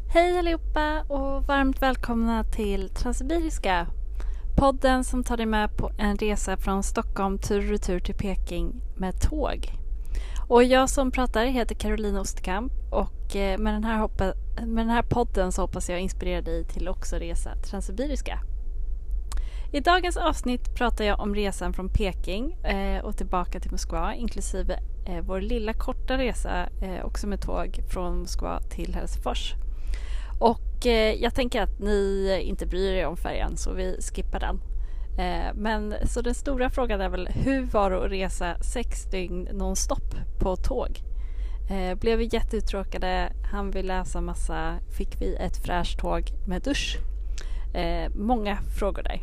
Hej allihopa och varmt välkomna till Transsibiriska. Podden som tar dig med på en resa från Stockholm tur och retur till Peking med tåg. Och jag som pratar heter Caroline Osterkamp och med den här podden så hoppas jag inspirera dig till också resa Transsibiriska. I dagens avsnitt pratar jag om resan från Peking och tillbaka till Moskva, inklusive vår lilla korta resa också med tåg från Moskva till Helsingfors. Och jag tänker att ni inte bryr er om färjan så vi skippar den. Men så den stora frågan är väl, hur var det att resa 6 dygn non-stop på tåg? Blev vi jätteuttråkade, hann vi läsa massa, fick vi ett fräscht tåg med dusch? Många frågor där.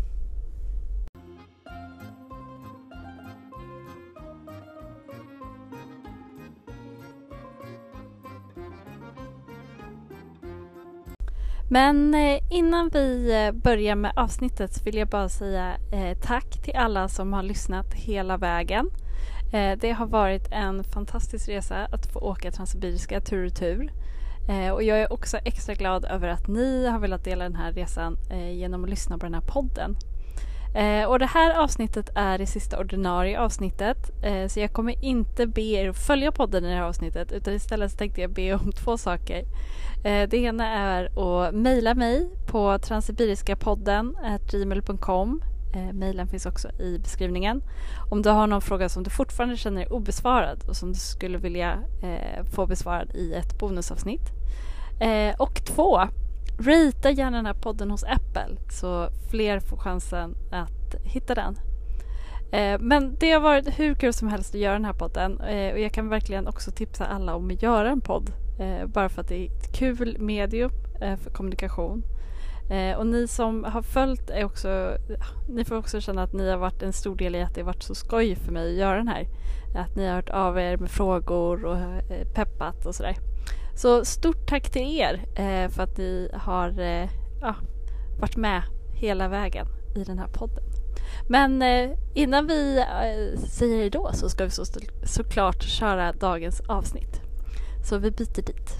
Men innan vi börjar med avsnittet så vill jag bara säga tack till alla som har lyssnat hela vägen. Det har varit en fantastisk resa att få åka Transsibiriska tur och tur. Och jag är också extra glad över att ni har velat dela den här resan genom att lyssna på den här podden. Och det här avsnittet är det sista ordinarie avsnittet, så jag kommer inte be er att följa podden i det här avsnittet, utan istället så tänkte jag be om 2 saker. Det ena är att mejla mig på transsibiriskapodden@gmail.com. Mejlen finns också i beskrivningen. Om du har någon fråga som du fortfarande känner är obesvarad och som du skulle vilja få besvarad i ett bonusavsnitt. Och 2, rita gärna den här podden hos Apple så fler får chansen att hitta den. Men det har varit hur kul som helst att göra den här podden och jag kan verkligen också tipsa alla om att göra en podd bara för att det är ett kul medium för kommunikation. Och ni som har följt är också, ni får också känna att ni har varit en stor del i att det har varit så skoj för mig att göra den här. Att ni har hört av er med frågor och peppat och sådär. Så stort tack till er för att ni har varit med hela vägen i den här podden. Men innan vi säger det då så ska vi såklart köra dagens avsnitt. Så vi byter dit.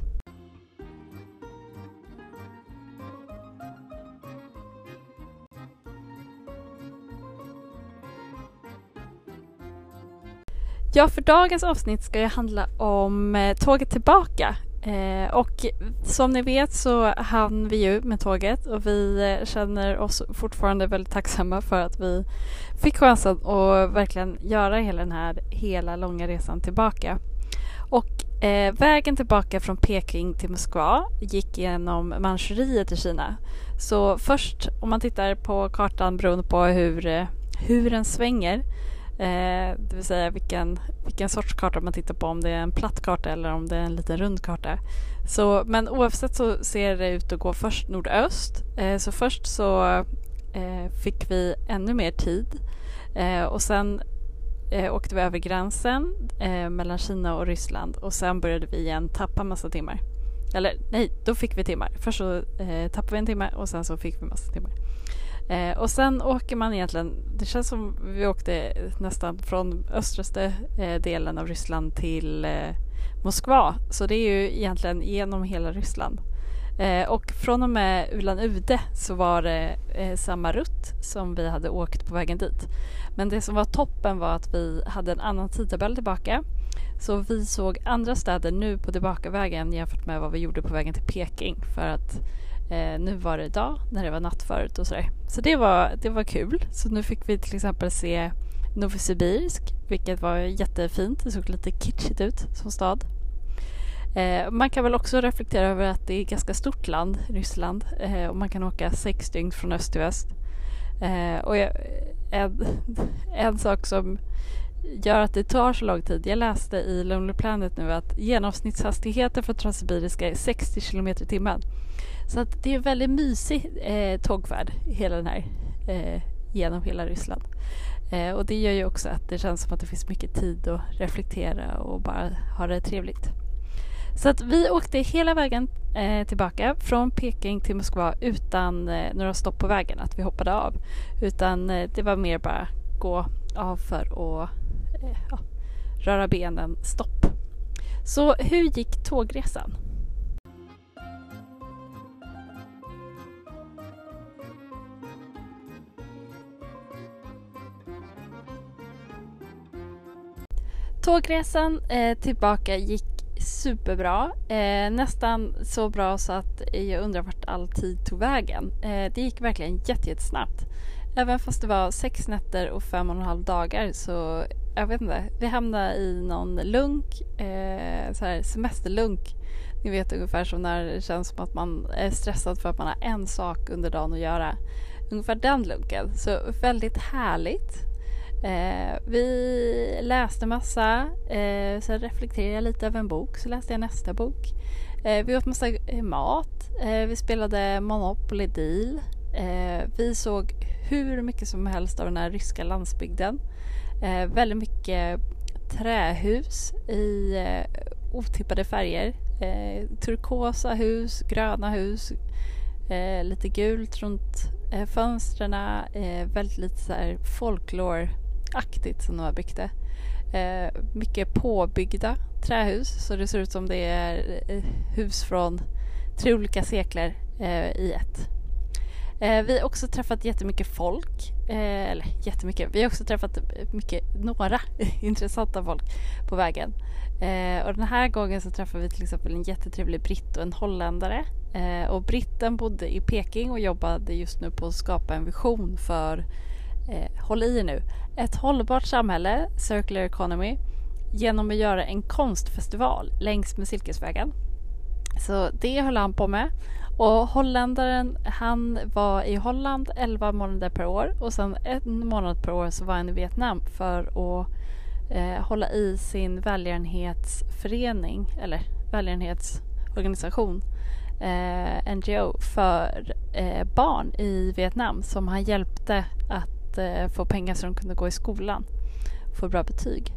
Ja, för dagens avsnitt ska jag handla om tåget tillbaka. Och som ni vet så hann vi ju med tåget och vi känner oss fortfarande väldigt tacksamma för att vi fick chansen att verkligen göra hela den här hela långa resan tillbaka. Och vägen tillbaka från Peking till Moskva gick genom Manchuriet i Kina. Så först om man tittar på kartan beroende på hur den svänger, det vill säga vilken sorts karta man tittar på, om det är en platt karta eller om det är en liten rund karta. Men oavsett så ser det ut att gå först nordöst. Så först så fick vi ännu mer tid och sen åkte vi över gränsen mellan Kina och Ryssland och sen började vi igen tappa massa timmar. Eller nej, då fick vi timmar. Först så tappade vi en timme och sen så fick vi massa timmar. Och sen åker man egentligen, det känns som vi åkte nästan från östraste delen av Ryssland till Moskva. Så det är ju egentligen genom hela Ryssland. Och från och med Ulan-Ude så var det samma rutt som vi hade åkt på vägen dit. Men det som var toppen var att vi hade en annan tidtabell tillbaka. Så vi såg andra städer nu på tillbakavägen jämfört med vad vi gjorde på vägen till Peking. För att nu var det dag när det var natt förut och sådär. Så det var kul. Så nu fick vi till exempel se Novosibirsk, vilket var jättefint. Det såg lite kitschigt ut som stad. Man kan väl också reflektera över att det är ett ganska stort land, Ryssland. Och man kan åka 6 dygn från öst till väst. Och en sak som gör att det tar så lång tid. Jag läste i Lonely Planet nu att genomsnittshastigheten för Transsibiriska är 60 km i timmen. Så att det är en väldigt mysig tågfärd hela den här genom hela Ryssland. Och det gör ju också att det känns som att det finns mycket tid att reflektera och bara ha det trevligt. Så att vi åkte hela vägen tillbaka från Peking till Moskva utan några stopp på vägen, att vi hoppade av. Utan det var mer bara gå av för att röra benen stopp. Så hur gick tågresan? Tågresan tillbaka gick superbra. Nästan så bra så att jag undrar vart all tid tog vägen. Det gick verkligen jättesnabbt. Även fast det var 6 nätter och 5,5 dagar så jag vet inte. Vi hamnade i någon lunk, så här semesterlunk. Ni vet ungefär som när det känns som att man är stressad för att man har en sak under dagen att göra. Ungefär den lunken. Så väldigt härligt. Vi läste massa, sen reflekterade jag lite över en bok, så läste jag nästa bok. Vi åt massa mat, vi spelade Monopoly Deal, vi såg hur mycket som helst av den här ryska landsbygden. Väldigt mycket trähus i otippade färger, turkosa hus, gröna hus, lite gult runt fönstren, väldigt lite så här folklore-aktigt som de har byggt det. Mycket påbyggda trähus, så det ser ut som det är hus från 3 olika sekler i ett. Vi har också träffat jättemycket folk, eller jättemycket, vi har också träffat några intressanta folk på vägen. Och den här gången så träffade vi till exempel en jättetrevlig britt och en holländare. Och britten bodde i Peking och jobbade just nu på att skapa en vision för, håll i nu, ett hållbart samhälle, circular economy, genom att göra en konstfestival längs med Silkesvägen. Så det höll han på med. Och holländaren, han var i Holland 11 månader per år och sen 1 månad per år så var han i Vietnam för att hålla i sin välgörenhetsförening eller välgörenhetsorganisation, NGO för barn i Vietnam som han hjälpte att få pengar så de kunde gå i skolan, få bra betyg.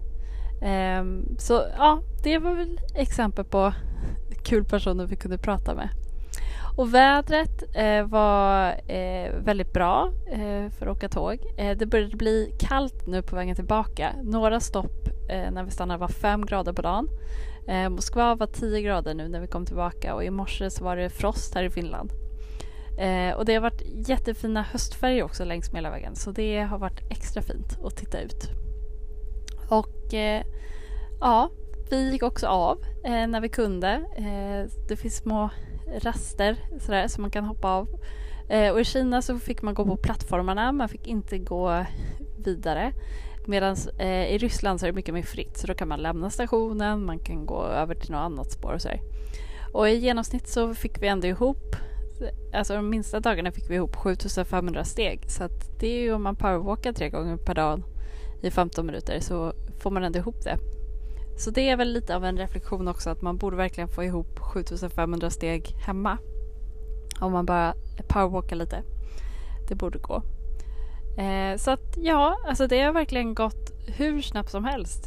Så ja, det var väl exempel på kul personer vi kunde prata med. Och vädret var väldigt bra för att åka tåg. Det började bli kallt nu på vägen tillbaka. Några stopp när vi stannade var 5 grader på dagen. Moskva var 10 grader nu när vi kom tillbaka och i morse så var det frost här i Finland. Och det har varit jättefina höstfärger också längs med hela vägen, så det har varit extra fint att titta ut. Och ja, vi gick också av när vi kunde. Det finns små raster sådär, som man kan hoppa av. Och i Kina så fick man gå på plattformarna, man fick inte gå vidare. Medan i Ryssland så är det mycket mer fritt, så då kan man lämna stationen, man kan gå över till något annat spår och så där. Och i genomsnitt så fick vi ändå ihop, alltså de minsta dagarna fick vi ihop 7500 steg. Så att det är ju, om man powerwalkar 3 gånger per dag i 15 minuter så får man ändå ihop det. Så det är väl lite av en reflektion också, att man borde verkligen få ihop 7500 steg hemma. Om man bara powerwalkar lite. Det borde gå. Så att ja, alltså det har verkligen gått hur snabbt som helst.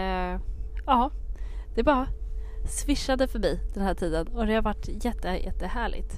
Ja, det bara swishade förbi den här tiden och det har varit jättehärligt.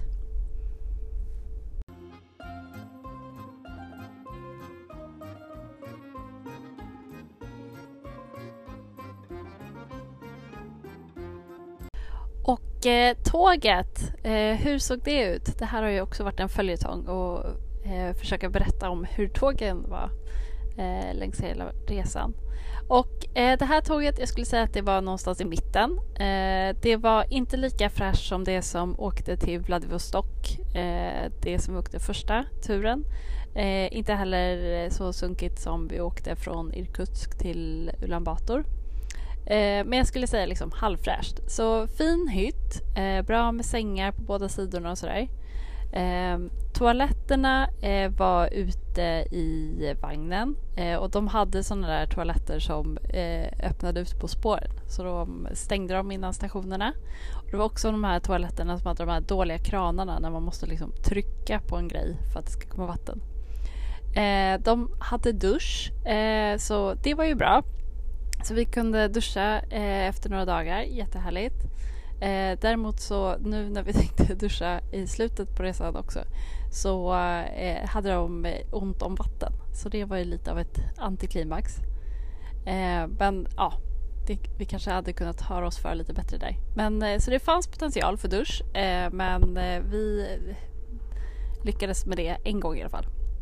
Och tåget, hur såg det ut? Det här har ju också varit en följetong och försöka berätta om hur tågen var längs hela resan. Och det här tåget, jag skulle säga att det var någonstans i mitten. Det var inte lika fräscht som det som åkte till Vladivostok, det som vi åkte första turen. Inte heller så sunkigt som vi åkte från Irkutsk till Ulan Bator. Men jag skulle säga liksom halvfräscht. Så fin hytt, bra med sängar på båda sidorna och sådär. Toaletterna var ute i vagnen och de hade sådana där toaletter som öppnade ut på spåren, så de stängde dem innan stationerna. Och det var också de här toaletterna som hade de här dåliga kranarna när man måste liksom trycka på en grej för att det ska komma vatten. De hade dusch, så det var ju bra. Så vi kunde duscha efter några dagar, jättehärligt. Däremot så nu när vi tänkte duscha i slutet på resan också, så hade de ont om vatten. Så det var ju lite av ett antiklimax. Men ja, vi kanske hade kunnat höra oss för lite bättre där. Men så det fanns potential för dusch, men vi lyckades med det en gång i alla fall.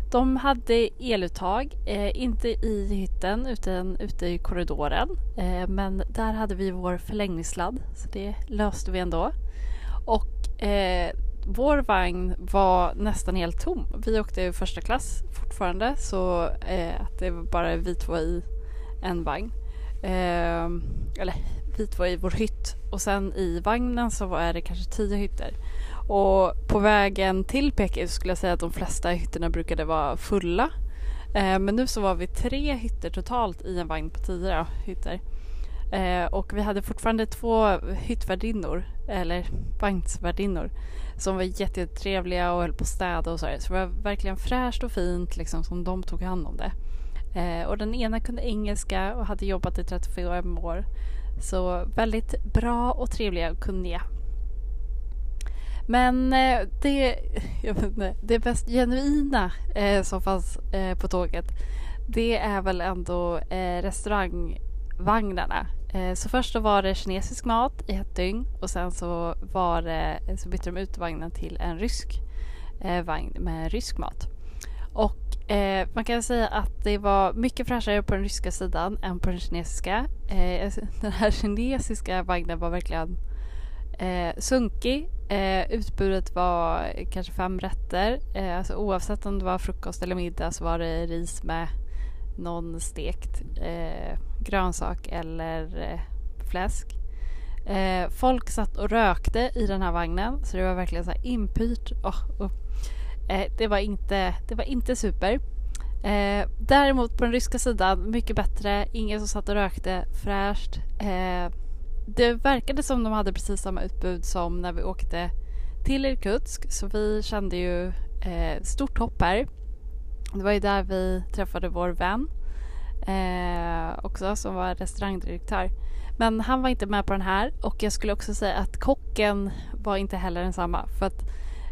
de hade eluttag, inte i hytten utan ute i korridoren. Men där hade vi vår förlängningssladd, så det löste vi ändå. Och vår vagn var nästan helt tom. Vi åkte i första klass fortfarande, så att det var bara vi två i en vagn. Eller vi två i vår hytt. Och sen i vagnen så var det kanske 10 hytter. Och på vägen till Peking skulle jag säga att de flesta hytterna brukade vara fulla. Men nu så var vi 3 hytter totalt i en vagn på 10 hytter. Och vi hade fortfarande 2 hyttvärdinnor, eller vagnsvärdinnor, som var jättetrevliga och höll på att städa och så. Så det var verkligen fräscht och fint liksom, som de tog hand om det. Och den ena kunde engelska och hade jobbat i 35 år. Så väldigt bra och trevliga och kunniga. Men det mest genuina som fanns på tåget, det är väl ändå restaurangvagnarna. Så först så var det kinesisk mat i ett dygn, och sen så bytte de ut vagnen till en rysk vagn med rysk mat. Och man kan säga att det var mycket fräschare på den ryska sidan än på den kinesiska. Den här kinesiska vagnen var verkligen sunkig. Utbudet var kanske 5 rätter. Alltså oavsett om det var frukost eller middag så var det ris med någon stekt grönsak eller fläsk. Folk satt och rökte i den här vagnen, så det var verkligen så här inpyrt. Det var inte super. Däremot på den ryska sidan mycket bättre. Ingen som satt och rökte, fräscht. Det verkade som de hade precis samma utbud som när vi åkte till Irkutsk, så vi kände ju stort hopp här. Det var ju där vi träffade vår vän också, som var restaurangdirektör. Men han var inte med på den här, och jag skulle också säga att kocken var inte heller densamma, för att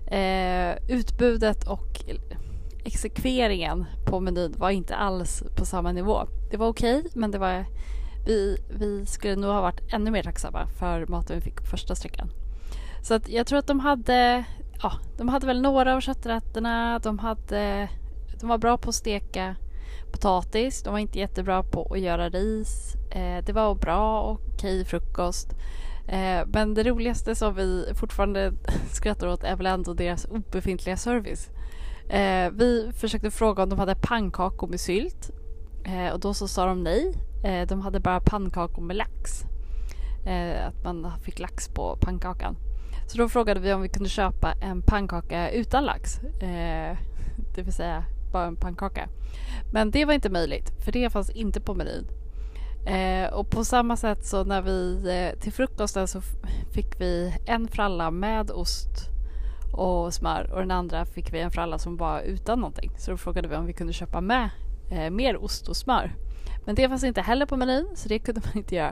utbudet och exekveringen på menyn var inte alls på samma nivå. Det var okej, men det var vi skulle nog ha varit ännu mer tacksamma för maten vi fick på första sträckan. Så att jag tror att de hade väl några av kötträtterna. De var bra på att steka potatis. De var inte jättebra på att göra ris. Det var bra och okej frukost. Men det roligaste som vi fortfarande skrattar åt är väl ändå deras obefintliga service. Vi försökte fråga om de hade pannkakor med sylt. Och då så sa de nej. De hade bara pannkakor med lax. Att man fick lax på pannkakan. Så då frågade vi om vi kunde köpa en pannkaka utan lax. Det vill säga bara en pannkaka. Men det var inte möjligt, för det fanns inte på menyn. Och på samma sätt så när vi till frukosten så fick vi en fralla med ost och smör, och den andra fick vi en fralla som var utan någonting. Så då frågade vi om vi kunde köpa med mer ost och smör. Men det fanns inte heller på menyn, så det kunde man inte göra.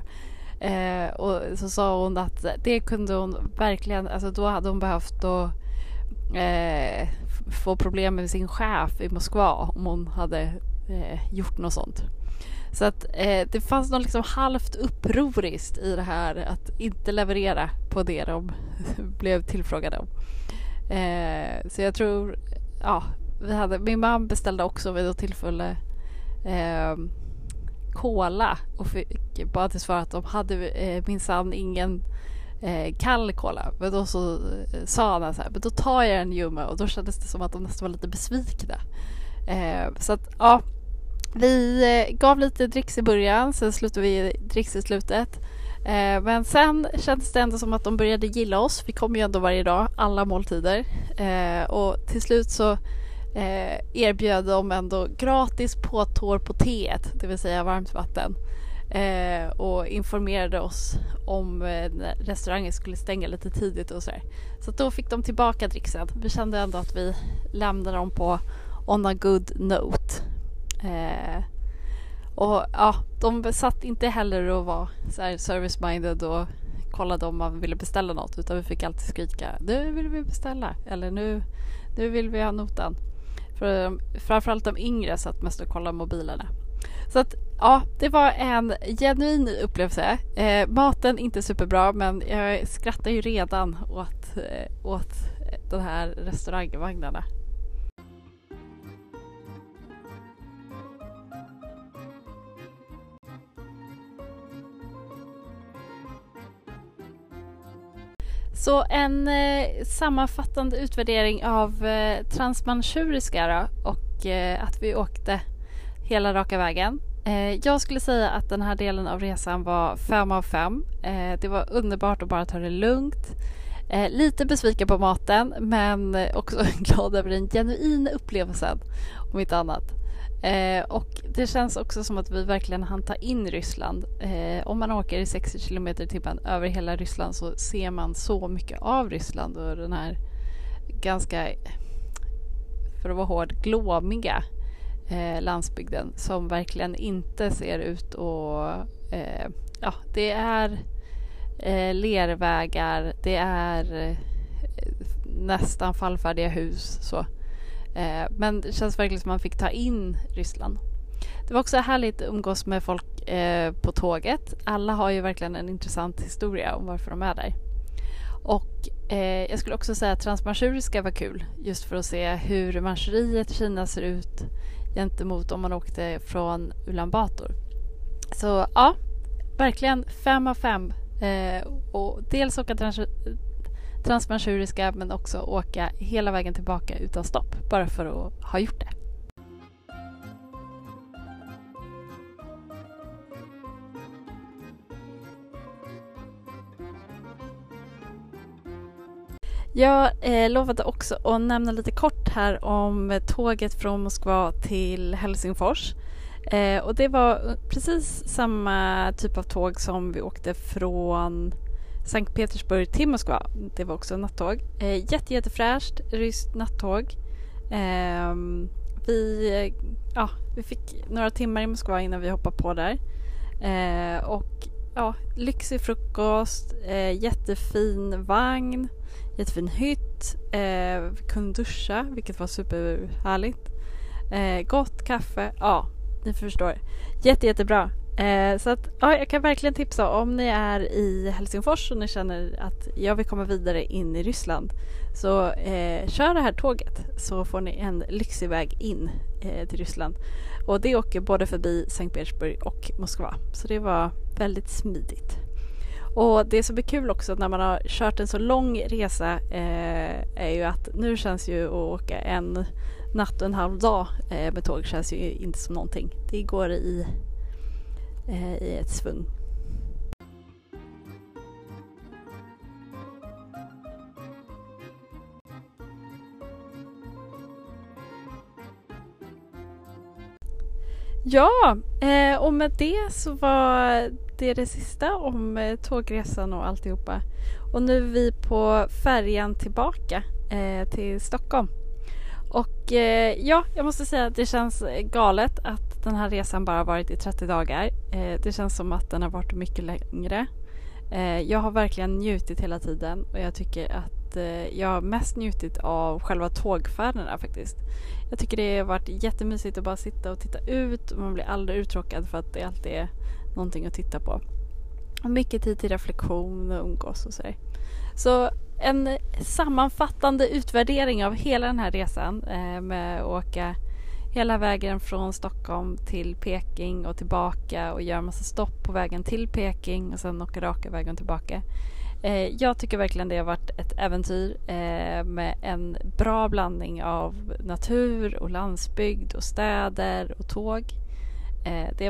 Och så sa hon att det kunde hon verkligen, alltså då hade hon behövt att få problem med sin chef i Moskva om hon hade gjort något sånt. Så att det fanns något liksom halvt upproriskt i det här att inte leverera på det de blev tillfrågade om. Så jag tror, min mamma beställde också vid ett tillfälle cola och fick bara till svar att de hade minsann ingen kall cola. Men då så sa han så här, men då tar jag en ljumma, och då kändes det som att de nästan var lite besvikna. Så att vi gav lite dricks i början, sen slutade vi dricks i slutet. Men sen kändes det ändå som att de började gilla oss. Vi kom ju ändå varje dag, alla måltider. Och till slut så erbjöd de ändå gratis påtår på teet, det vill säga varmt vatten. Och informerade oss om när restaurangen skulle stänga lite tidigt och sådär. Så då fick de tillbaka dricksen. Vi kände ändå att vi lämnade dem på on a good note. Och de satt inte heller och var så här service-minded och kollade om man ville beställa något, utan vi fick alltid skrika, nu vill vi beställa, eller nu vill vi ha notan. För framförallt de yngre satt mest och kollade mobilerna. Så att det var en genuin upplevelse. Maten inte superbra, men jag skrattar ju redan åt de här restaurangvagnarna. Så en sammanfattande utvärdering av Transmanchuriska då, och att vi åkte hela raka vägen. Jag skulle säga att den här delen av resan var 5 av 5. Det var underbart att bara ta det lugnt. Lite besviken på maten, men också glad över den genuina upplevelsen, om inte annat. Och det känns också som att vi verkligen hann ta in Ryssland. Om man åker i 60 km/h över hela Ryssland så ser man så mycket av Ryssland och den här ganska, för att vara hård, glåmiga landsbygden som verkligen inte ser ut och det är lervägar, det är nästan fallfärdiga hus så. Men det känns verkligen som man fick ta in Ryssland. Det var också härligt att umgås med folk på tåget. Alla har ju verkligen en intressant historia om varför de är där. Och jag skulle också säga att Transmanchuriska var kul, just för att se hur Manchuriet i Kina ser ut gentemot om man åkte från Ulan Bator. Så ja, verkligen 5 av 5. Och dels åka Transmanchuriska, men också åka hela vägen tillbaka utan stopp, bara för att ha gjort det. Jag lovade också att nämna lite kort här om tåget från Moskva till Helsingfors. Och det var precis samma typ av tåg som vi åkte från Sankt Petersburg till Moskva. Det var också nattåg. Jättefräscht ryskt nattåg. Vi fick några timmar i Moskva innan vi hoppade på där. Lyxig frukost, jättefin vagn, jättefin hytt. Vi kunde duscha, vilket var superhärligt. Gott kaffe, ni förstår. Jättebra. Så att jag kan verkligen tipsa om ni är i Helsingfors och ni känner att jag vill komma vidare in i Ryssland. Så kör det här tåget så får ni en lyxig väg in till Ryssland. Och det åker både förbi Sankt Petersburg och Moskva. Så det var väldigt smidigt. Och det som är kul också när man har kört en så lång resa är ju att nu känns ju att åka en natt och en halv dag med tåg känns ju inte som någonting. Det går i ett svung. Ja, och med det så var det sista om tågresan och alltihopa. Och nu är vi på färjan tillbaka till Stockholm. Och jag måste säga att det känns galet att den här resan bara varit i 30 dagar. Det känns som att den har varit mycket längre. Jag har verkligen njutit hela tiden och jag tycker att jag har mest njutit av själva tågfärderna faktiskt. Jag tycker det har varit jättemysigt att bara sitta och titta ut och man blir aldrig uttråkad för att det alltid är någonting att titta på. Och mycket tid till reflektion och umgås och sådär. Så en sammanfattande utvärdering av hela den här resan med att åka hela vägen från Stockholm till Peking och tillbaka och göra massa stopp på vägen till Peking och sen åka raka vägen tillbaka. Jag tycker verkligen det har varit ett äventyr med en bra blandning av natur och landsbygd och städer och tåg. Det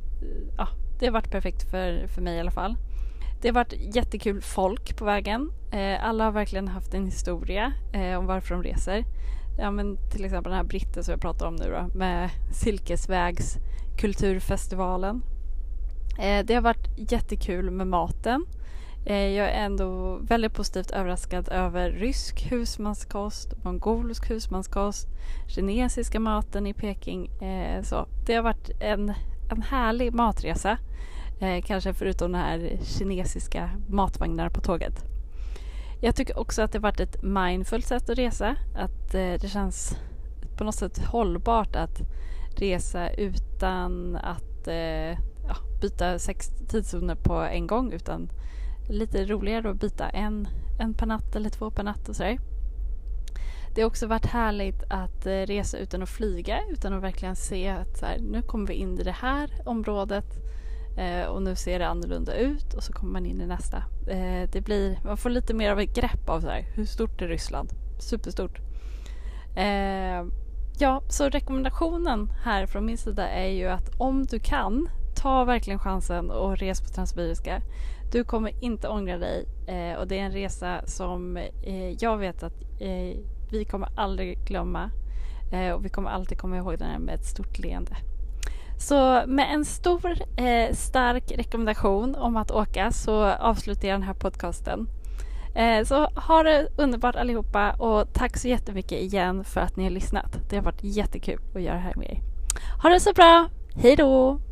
har varit perfekt för mig i alla fall. Det har varit jättekul folk på vägen. Alla har verkligen haft en historia om varför de reser. Ja, men till exempel den här britten som jag pratar om nu då, med Silkesvägs kulturfestivalen. Det har varit jättekul med maten. Jag är ändå väldigt positivt överraskad över rysk husmanskost, mongolsk husmanskost, kinesiska maten i Peking. Så det har varit en härlig matresa. Kanske förutom den här kinesiska matvagnar på tåget. Jag tycker också att det varit ett mindfullt sätt att resa. Att det känns på något sätt hållbart att resa utan att byta 6 tidszoner på en gång. Utan lite roligare att byta en per natt eller 2 per natt och sådär. Det har också varit härligt att resa utan att flyga. Utan att verkligen se att så här, nu kommer vi in i det här området. Och nu ser det annorlunda ut och så kommer man in i nästa. Man får lite mer av ett grepp av så här, hur stort är Ryssland? Superstort. Ja, så rekommendationen här från min sida är ju att om du kan, ta verkligen chansen och res på Transsibiriska. Du kommer inte ångra dig och det är en resa som jag vet att vi kommer aldrig glömma och vi kommer alltid komma ihåg den här med ett stort leende. Så med en stor stark rekommendation om att åka så avslutar jag den här podcasten. Så ha det underbart allihopa och tack så jättemycket igen för att ni har lyssnat. Det har varit jättekul att göra det här med er. Ha det så bra, hej då!